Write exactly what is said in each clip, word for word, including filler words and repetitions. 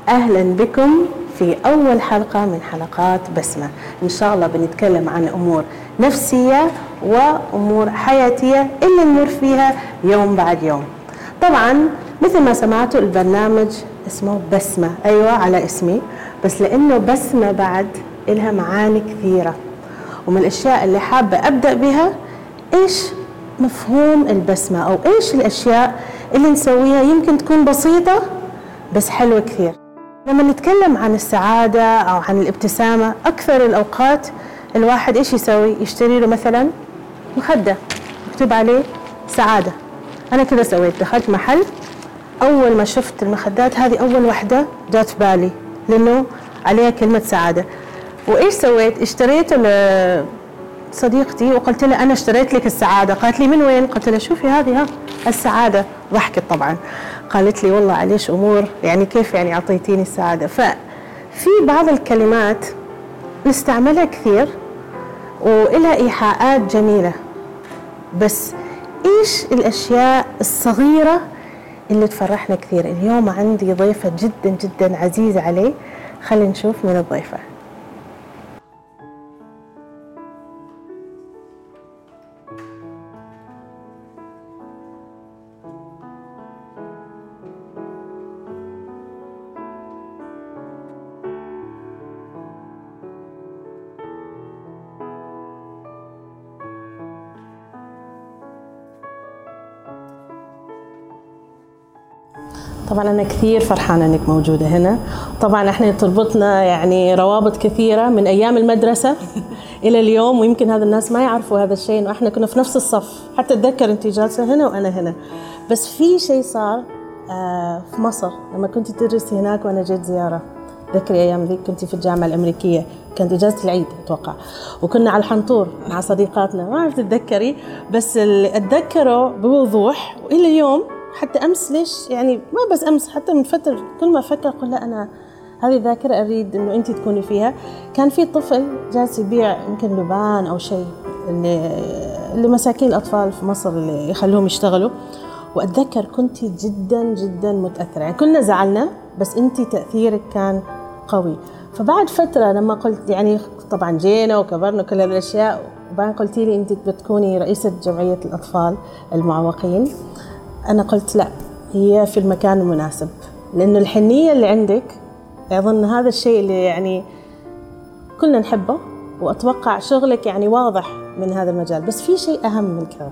أهلا بكم في أول حلقة من حلقات بسمة. إن شاء الله بنتكلم عن أمور نفسية وأمور حياتية اللي نمر فيها يوم بعد يوم. طبعا مثل ما سمعتوا البرنامج اسمه بسمة، أيوة على اسمي، بس لأنه بسمة بعد إلها معاني كثيرة، ومن الأشياء اللي حابة أبدأ بها إيش مفهوم البسمة، أو إيش الأشياء اللي نسويها يمكن تكون بسيطة بس حلوة كثير. لما نتكلم عن السعادة أو عن الابتسامة، أكثر الأوقات الواحد إيش يسوي؟ يشتري له مثلا مخدة مكتوب عليه سعادة. أنا كذا سويت، دخلت محل، أول ما شفت المخدات هذه أول واحدة جات في بالي لأنه عليها كلمة سعادة. وإيش سويت؟ اشتريته لصديقتي وقلت لها أنا اشتريت لك السعادة. قالت لي من وين؟ قلت لها شوفي هذه ها السعادة. ضحكت طبعا، قالت لي والله عليش أمور، يعني كيف يعني أعطيتيني السعادة؟ ففي بعض الكلمات نستعملها كثير وإلها إيحاءات جميلة، بس إيش الأشياء الصغيرة اللي تفرحنا كثير؟ اليوم عندي ضيفة جدا جدا عزيزة علي، خلينا نشوف من الضيفة. طبعا أنا كثير فرحانة أنك موجودة هنا. طبعا احنا تربطنا يعني روابط كثيرة من أيام المدرسة إلى اليوم، ويمكن هذا الناس ما يعرفوا هذا الشيء، إنه احنا كنا في نفس الصف. حتى أتذكر أنت جالسة هنا وأنا هنا. بس في شيء صار آه في مصر لما كنت تدرسي هناك وأنا جيت زيارة. ذكري أيام ذيك كنت في الجامعة الأمريكية، كانت إجازة العيد أتوقع، وكنا على الحنطور مع صديقاتنا. ما أعرف تتذكري، بس اللي أتذكره بوضوح وإلى اليوم. حتى أمس ليش يعني ما بس أمس، حتى من فترة كل ما أفكر أقول لا أنا هذه ذاكرة أريد إنه أنت تكوني فيها. كان في طفل جالس يبيع يمكن لبان أو شيء اللي اللي مساكين الأطفال في مصر اللي يخلوهم يشتغلوا، وأتذكر كنت جدا جدا متأثرة. يعني كلنا زعلنا بس أنت تأثيرك كان قوي. فبعد فترة لما قلت يعني طبعا جينا وكبرنا كل هذه الأشياء، وبعدين قلتي لي أنت بتكوني رئيسة جمعية الأطفال المعوقين، أنا قلت لا، هي في المكان المناسب، لأنه الحنية اللي عندك أظن هذا الشيء اللي يعني كلنا نحبه، وأتوقع شغلك يعني واضح من هذا المجال. بس في شيء أهم من كذا،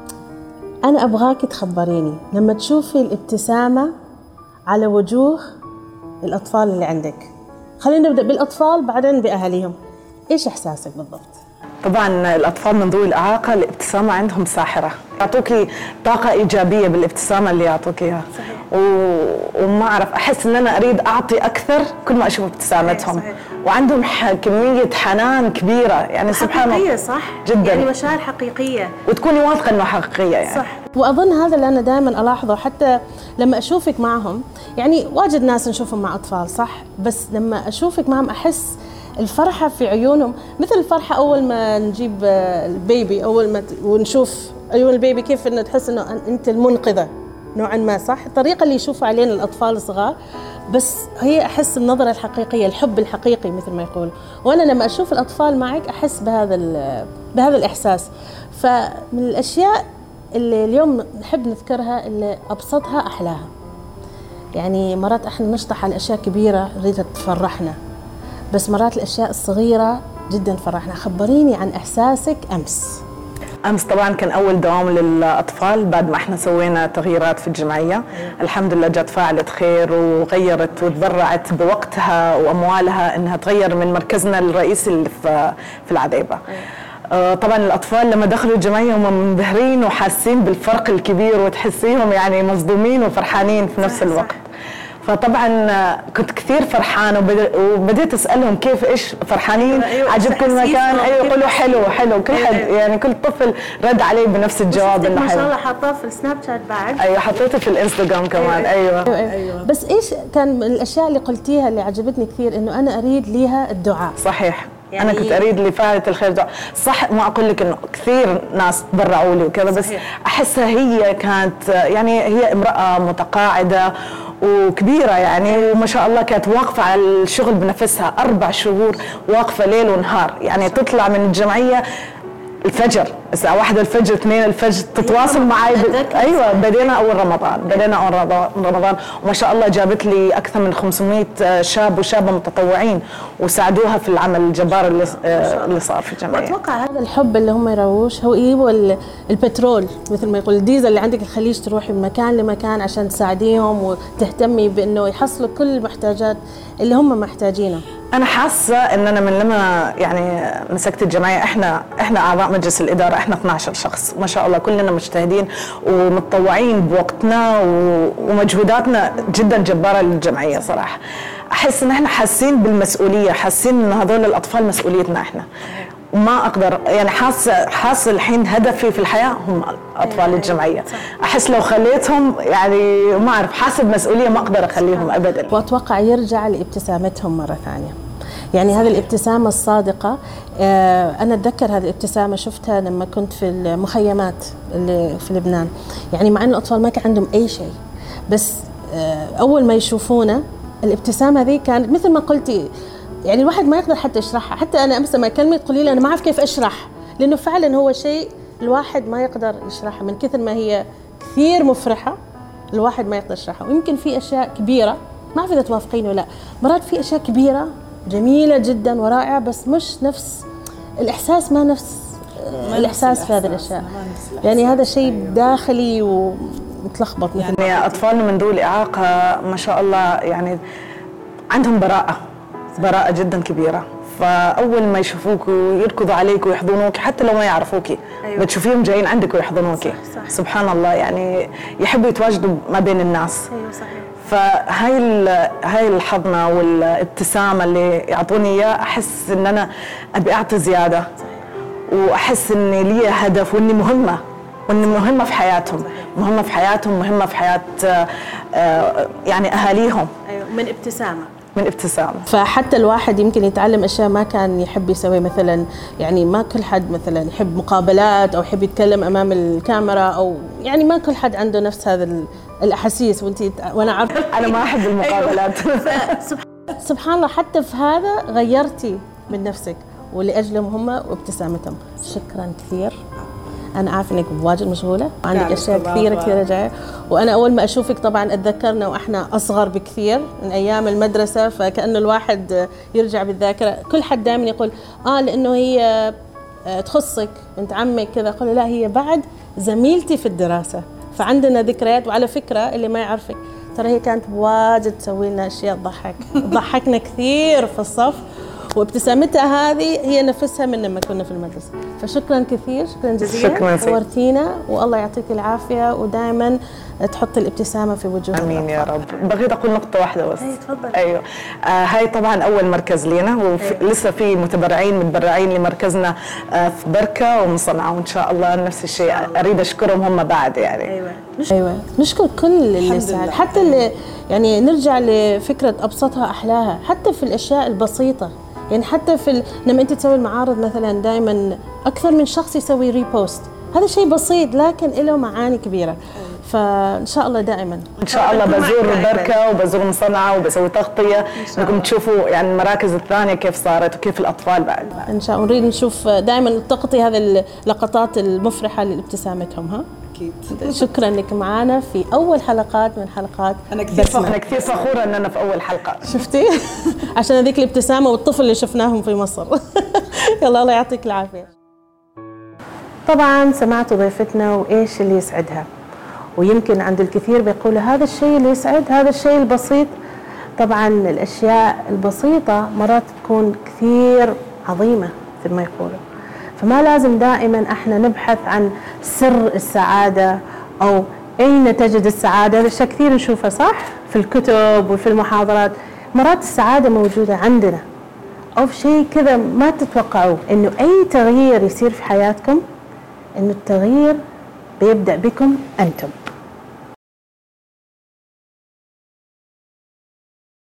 أنا أبغاك تخبريني لما تشوفي الابتسامة على وجوه الأطفال اللي عندك. خلينا نبدأ بالأطفال بعدين بأهاليهم، إيش إحساسك بالضبط؟ طبعا الأطفال من ذوي الإعاقة الابتسامة عندهم ساحرة، يعطوكي طاقة إيجابية بالابتسامة اللي يعطوك إياها. و... وما أعرف، أحس إن أنا أريد أعطي أكثر كل ما أشوف ابتسامتهم. صحيح. وعندهم ح... كمية حنان كبيرة، يعني سبحان الله. حقيقية صح؟ جدا، يعني مشاعر حقيقية وتكوني واثقة إنه حقيقية يعني. صح. وأظن هذا اللي أنا دائما ألاحظه، حتى لما أشوفك معهم. يعني واجد ناس نشوفهم مع أطفال صح، بس لما أشوفك معهم أحس الفرحة في عيونهم مثل الفرحة أول ما نجيب البيبي، أول ما ونشوف عيون البيبي كيف إنه تحس إنه أنت المنقذة نوعا ما صح. الطريقة اللي يشوفوا علينا الأطفال الصغار، بس هي أحس النظرة الحقيقية، الحب الحقيقي مثل ما يقول. وأنا لما أشوف الأطفال معك أحس بهذا بهذا الإحساس. فمن الأشياء اللي اليوم نحب نذكرها اللي أبسطها أحلاها. يعني مرات إحنا نشطح على أشياء كبيرة نريد تفرحنا، بس مرات الأشياء الصغيرة جدا فرحنا. خبريني عن إحساسك أمس. أمس طبعا كان أول دوام للأطفال بعد ما احنا سوينا تغييرات في الجمعية. أيوة. الحمد لله جت فاعلة خير وغيرت وتبرعت بوقتها وأموالها إنها تغير من مركزنا الرئيسي اللي في في العذيبة. أيوة. طبعا الأطفال لما دخلوا الجمعية هم منبهرين وحاسين بالفرق الكبير، وتحسيهم يعني مصدومين وفرحانين في نفس الوقت. صح. فطبعا كنت كثير فرحانه، وبديت اسالهم كيف ايش فرحانين. أيوة. عجبكم المكان؟ ايوه يقولوا حلو حلو. كل حد يعني كل طفل رد علي بنفس الجواب انه حلو. ما شاء الله حاطاه في السناب شات بعد. ايوه حطيته في الانستغرام كمان. أيوة. أيوة. أيوة. أيوة. بس ايش كان من الاشياء اللي قلتيها اللي عجبتني كثير؟ انه انا اريد ليها الدعاء. صحيح. يعني أنا كنت أريد لفاعلة الخير دعاء. صح، ما أقول لك إنه كثير ناس تبرعوا لي وكذا، بس أحسها هي كانت يعني هي امرأة متقاعدة وكبيرة يعني، وما شاء الله كانت واقفة على الشغل بنفسها أربع شهور واقفة ليل ونهار، يعني تطلع من الجمعية الفجر الساعة واحدة الفجر اثنين الفجر تتواصل معي ب... أيوة بدينا أول رمضان بدينا أول رمضان وما شاء الله جابت لي أكثر من خمسمئة شاب وشابة متطوعين وساعدوها في العمل الجبار اللي اللي صار في الجمعية. وأتوقع هذا الحب اللي هم يرووش هو يجيبوا البترول مثل ما يقول الديزل اللي عندك يخليش تروحي من مكان لمكان عشان تساعديهم وتهتمي بأنه يحصلوا كل المحتاجات اللي هم محتاجينها. أنا حاسة إن أنا من لما يعني مسكت الجمعية إحنا إحنا أعضاء مجلس الإدارة إحنا اثني عشر شخص ما شاء الله كلنا مجتهدين ومتطوعين بوقتنا ومجهوداتنا جدا جبارة للجمعية صراحة. أحس إن إحنا حاسين بالمسؤولية، حاسين إن هذول الأطفال مسؤوليتنا إحنا. وما أقدر يعني حاسة حاسة الحين هدفي في الحياة هم أطفال الجمعية. أحس لو خليتهم يعني ما أعرف حاسة بمسؤولية ما أقدر أخليهم أبدا. وأتوقع يرجع لابتسامتهم مرة ثانية، يعني هذه الابتسامة الصادقة. أنا أتذكر هذه الابتسامة شفتها لما كنت في المخيمات اللي في لبنان، يعني مع أن الأطفال ما كان عندهم أي شيء، بس أول ما يشوفونا الابتسامة ذي كانت مثل ما قلتي، يعني الواحد ما يقدر حتى يشرحها. حتى أنا أمس ما كلمة تقولي لي أنا ما أعرف كيف أشرح، لأنه فعلا هو شيء الواحد ما يقدر يشرحها من كثر ما هي كثير مفرحة، الواحد ما يقدر يشرحها. ويمكن في أشياء كبيرة ما أعرف إذا توافقين ولا لا، مرات في أشياء كبيرة جميلة جدا ورائعة بس مش نفس الإحساس، ما نفس ما الإحساس في هذه الأشياء، يعني هذا شيء داخلي ومتلخبط. يعني أطفالنا من ذوي الإعاقة ما شاء الله يعني عندهم براءة براءة جدا كبيرة، فأول ما يشوفوك ويركضوا عليك ويحضنوك حتى لو ما يعرفوك. أيوة. بتشوفيهم جايين عندك ويحضنوك. صح صح. سبحان الله يعني يحبوا يتواجدوا ما بين الناس. أيوة صحيح. فهاي هاي الحضنة والابتسامة اللي يعطوني إياه أحس إن أنا أبي أعطي زيادة. صحيح. وأحس إني لي هدف وإني مهمة وإني مهمة في حياتهم. صحيح. مهمة في حياتهم مهمة في حياة يعني أهاليهم. أيوة من ابتسامة من ابتسامة. فحتى الواحد يمكن يتعلم أشياء ما كان يحب يسوي، مثلا يعني ما كل حد مثلا يحب مقابلات أو يحب يتكلم أمام الكاميرا، أو يعني ما كل حد عنده نفس هذا الأحاسيس. وأنتي وأنا عارفة أنا ما أحب المقابلات. سبحان الله حتى في هذا غيرتي من نفسك ولأجلهم هم وابتسامتهم. شكرا كثير. أنا عارفة إنك واجد مشغولة وعندك أشياء كثيرة كثيرة جاية، وأنا أول ما أشوفك طبعا أتذكرنا وإحنا أصغر بكثير من أيام المدرسة، فكأنه الواحد يرجع بالذاكرة. كل حد دائما يقول آه لأنه هي تخصك بنت عمك كذا، أقول لا هي بعد زميلتي في الدراسة، فعندنا ذكريات. وعلى فكرة اللي ما يعرفك ترى هي كانت واجد تسوي لنا أشياء تضحك ضحكنا كثير في الصف، وابتسامتها هذه هي نفسها من لما كنا في المدرسة. فشكرا كثير، شكرا جزيلا، نورتينا والله يعطيك العافية، ودائما تحط الابتسامة في وجوهنا. امين يا رب. بغيت اقول نقطة واحدة بس. اي تفضل. ايوه آه هاي طبعا اول مركز لينا، ولسه في متبرعين متبرعين لمركزنا آه في بركة ومصنعة، وان شاء الله نفس الشيء اريد اشكرهم هم بعد يعني. ايوه نشكر. ايوه نشكر كل اللي ساعد، حتى اللي يعني نرجع لفكرة ابسطها احلاها، حتى في الاشياء البسيطة. يعني حتى في ال... لما انت تسوي المعارض مثلا دائما اكثر من شخص يسوي ريبوست، هذا شيء بسيط لكن له معاني كبيره. فان شاء الله دائما ان شاء الله بزور بركه وبزور مصنعه وبسوي تغطيه انكم تشوفوا يعني المراكز الثانيه كيف صارت وكيف الاطفال بعد. ان شاء الله نريد نشوف دائما تغطي هذه اللقطات المفرحه لابتسامتهم. ها اكيد. شكرا لك معنا في اول حلقات من حلقات. انا كثير فخورة. انا كثير فخوره ان انا في اول حلقه. شفتي عشان هذيك الابتسامه والطفل اللي شفناهم في مصر. يلا الله يعطيك العافيه. طبعا سمعتوا ضيفتنا وايش اللي يسعدها، ويمكن عند الكثير بيقولوا هذا الشيء اللي يسعد، هذا الشيء البسيط. طبعا الاشياء البسيطه مرات تكون كثير عظيمه مثل ما يقولوا، فما لازم دائما احنا نبحث عن سر السعاده او اين تجد السعاده. هذا الشيء كثير نشوفه صح في الكتب وفي المحاضرات. مرات السعاده موجوده عندنا، او في شيء كذا ما تتوقعوا انه اي تغيير يصير في حياتكم، انه التغيير بيبدأ بكم أنتم.